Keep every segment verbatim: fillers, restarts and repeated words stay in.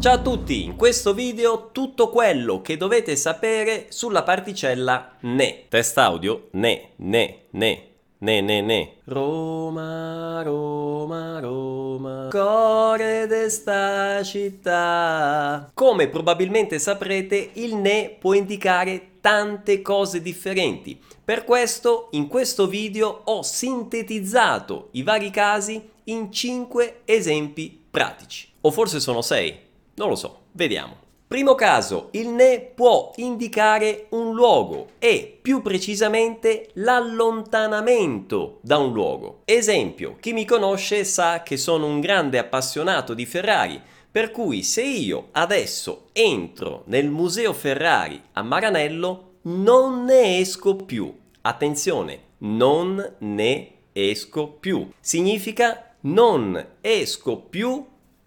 Ciao a tutti, in questo video tutto quello che dovete sapere sulla particella ne. Test audio ne, ne, ne, ne, ne, ne. Roma, Roma, Roma, core d'esta città. Come probabilmente saprete, il ne può indicare tante cose differenti. Per questo, in questo video ho sintetizzato i vari casi in cinque esempi pratici. O forse sono sei. Non lo so, vediamo. Primo caso, il ne può indicare un luogo e più precisamente l'allontanamento da un luogo. Esempio, chi mi conosce sa che sono un grande appassionato di Ferrari, per cui se io adesso entro nel Museo Ferrari a Maranello non ne esco più. Attenzione, non ne esco più. Significa non esco più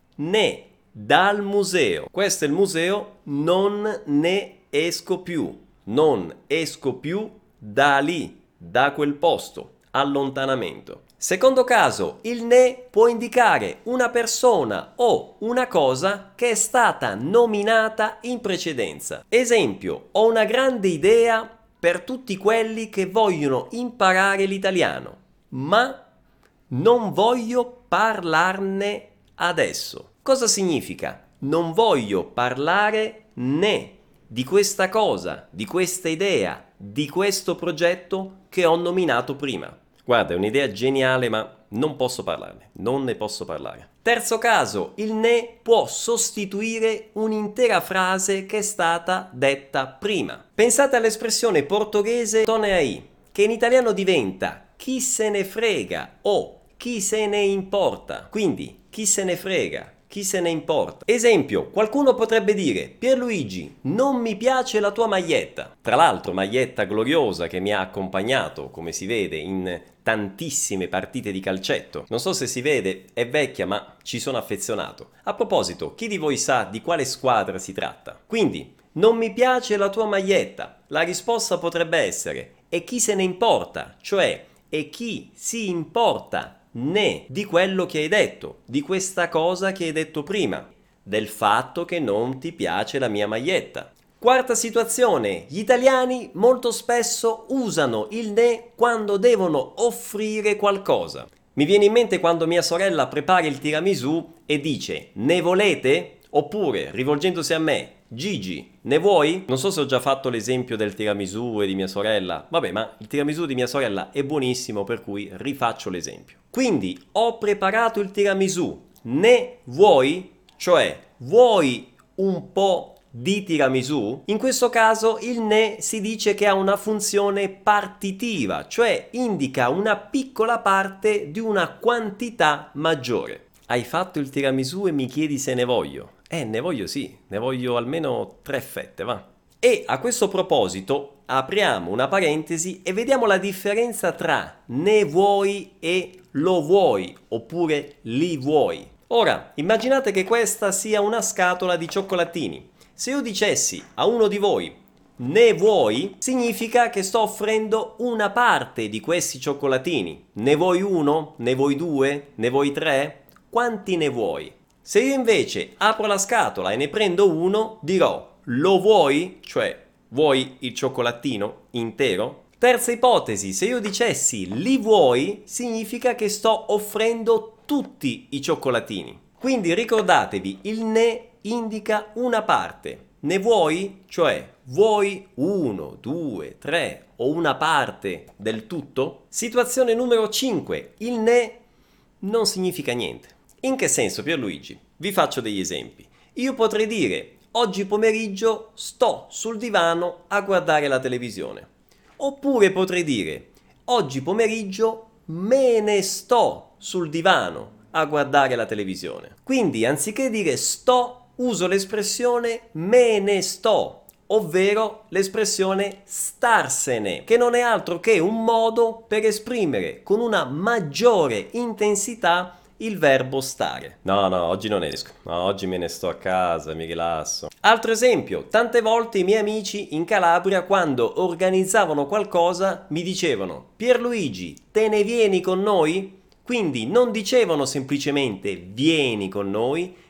ne dal museo. Questo è il museo, non ne esco più. Non esco più da lì, da quel posto. Allontanamento. Secondo caso, il ne può indicare una persona o una cosa che è stata nominata in precedenza. Esempio, ho una grande idea per tutti quelli che vogliono imparare l'italiano, ma non voglio parlarne adesso. Cosa significa? Non voglio parlare né di questa cosa, di questa idea, di questo progetto che ho nominato prima. Guarda, è un'idea geniale, ma non posso parlarne, non ne posso parlare. Terzo caso, il ne può sostituire un'intera frase che è stata detta prima. Pensate all'espressione portoghese "tô nem aí", che in italiano diventa "chi se ne frega" o "chi se ne importa". Quindi, chi se ne frega, chi se ne importa. Esempio, qualcuno potrebbe dire: Pierluigi, non mi piace la tua maglietta. Tra l'altro, maglietta gloriosa che mi ha accompagnato, come si vede, in tantissime partite di calcetto. Non so se si vede, è vecchia, ma ci sono affezionato. A proposito, chi di voi sa di quale squadra si tratta? Quindi, non mi piace la tua maglietta. La risposta potrebbe essere: e chi se ne importa? Cioè, e chi si importa né di quello che hai detto, di questa cosa che hai detto prima, del fatto che non ti piace la mia maglietta. Quarta situazione, gli italiani molto spesso usano il ne quando devono offrire qualcosa. Mi viene in mente quando mia sorella prepara il tiramisù e dice: ne volete? Oppure, rivolgendosi a me: Gigi, ne vuoi? Non so se ho già fatto l'esempio del tiramisù e di mia sorella. Vabbè, ma il tiramisù di mia sorella è buonissimo, per cui rifaccio l'esempio. Quindi, ho preparato il tiramisù. Ne vuoi? Cioè, vuoi un po' di tiramisù? In questo caso il ne si dice che ha una funzione partitiva, cioè indica una piccola parte di una quantità maggiore. Hai fatto il tiramisù e mi chiedi se ne voglio. Eh, ne voglio sì, ne voglio almeno tre fette, va. E a questo proposito apriamo una parentesi e vediamo la differenza tra ne vuoi e lo vuoi, oppure li vuoi. Ora, immaginate che questa sia una scatola di cioccolatini. Se io dicessi a uno di voi ne vuoi, significa che sto offrendo una parte di questi cioccolatini. Ne vuoi uno? Ne vuoi due? Ne vuoi tre? Quanti ne vuoi? Se io invece apro la scatola e ne prendo uno, dirò: lo vuoi? Cioè, vuoi il cioccolatino intero? Terza ipotesi, se io dicessi li vuoi, significa che sto offrendo tutti i cioccolatini. Quindi ricordatevi, il ne indica una parte. Ne vuoi? Cioè, vuoi uno, due, tre o una parte del tutto? Situazione numero cinque. Il ne non significa niente. In che senso, Pierluigi? Vi faccio degli esempi. Io potrei dire: oggi pomeriggio sto sul divano a guardare la televisione. Oppure potrei dire: oggi pomeriggio me ne sto sul divano a guardare la televisione. Quindi, anziché dire sto, uso l'espressione me ne sto, ovvero l'espressione starsene, che non è altro che un modo per esprimere con una maggiore intensità il verbo stare. No, no, oggi non esco. No, oggi me ne sto a casa, mi rilasso. Altro esempio, tante volte i miei amici in Calabria, quando organizzavano qualcosa, mi dicevano: Pierluigi, te ne vieni con noi? Quindi non dicevano semplicemente vieni con noi,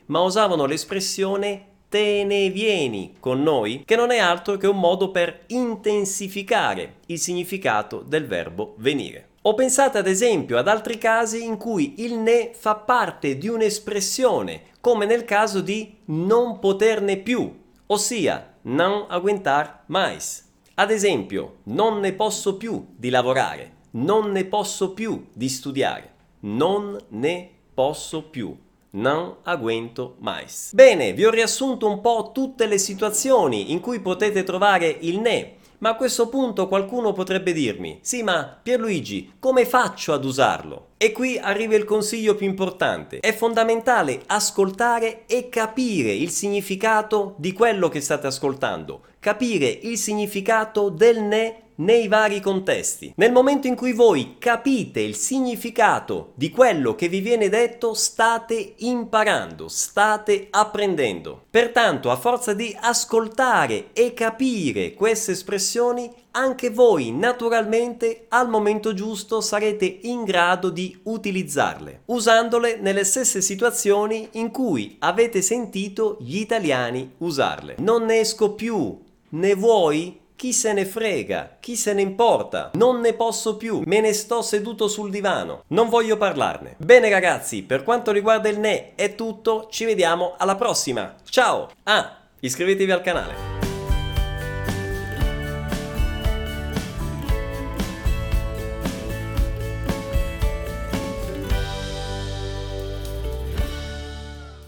ma usavano l'espressione te ne vieni con noi, che non è altro che un modo per intensificare il significato del verbo venire. O pensate ad esempio ad altri casi in cui il ne fa parte di un'espressione, come nel caso di non poterne più, ossia non aguentar mais. Ad esempio, non ne posso più di lavorare, non ne posso più di studiare, non ne posso più. Non aguento mais. Bene, vi ho riassunto un po' tutte le situazioni in cui potete trovare il ne, ma a questo punto qualcuno potrebbe dirmi: sì, ma Pierluigi, come faccio ad usarlo? E qui arriva il consiglio più importante. È fondamentale ascoltare e capire il significato di quello che state ascoltando, capire il significato del ne nei vari contesti. Nel momento in cui voi capite il significato di quello che vi viene detto, state imparando, state apprendendo. Pertanto, a forza di ascoltare e capire queste espressioni, anche voi naturalmente al momento giusto sarete in grado di utilizzarle, usandole nelle stesse situazioni in cui avete sentito gli italiani usarle. Non ne esco più, ne vuoi? Chi se ne frega? Chi se ne importa? Non ne posso più, me ne sto seduto sul divano, non voglio parlarne. Bene ragazzi, per quanto riguarda il ne è tutto, ci vediamo alla prossima. Ciao! Ah, iscrivetevi al canale.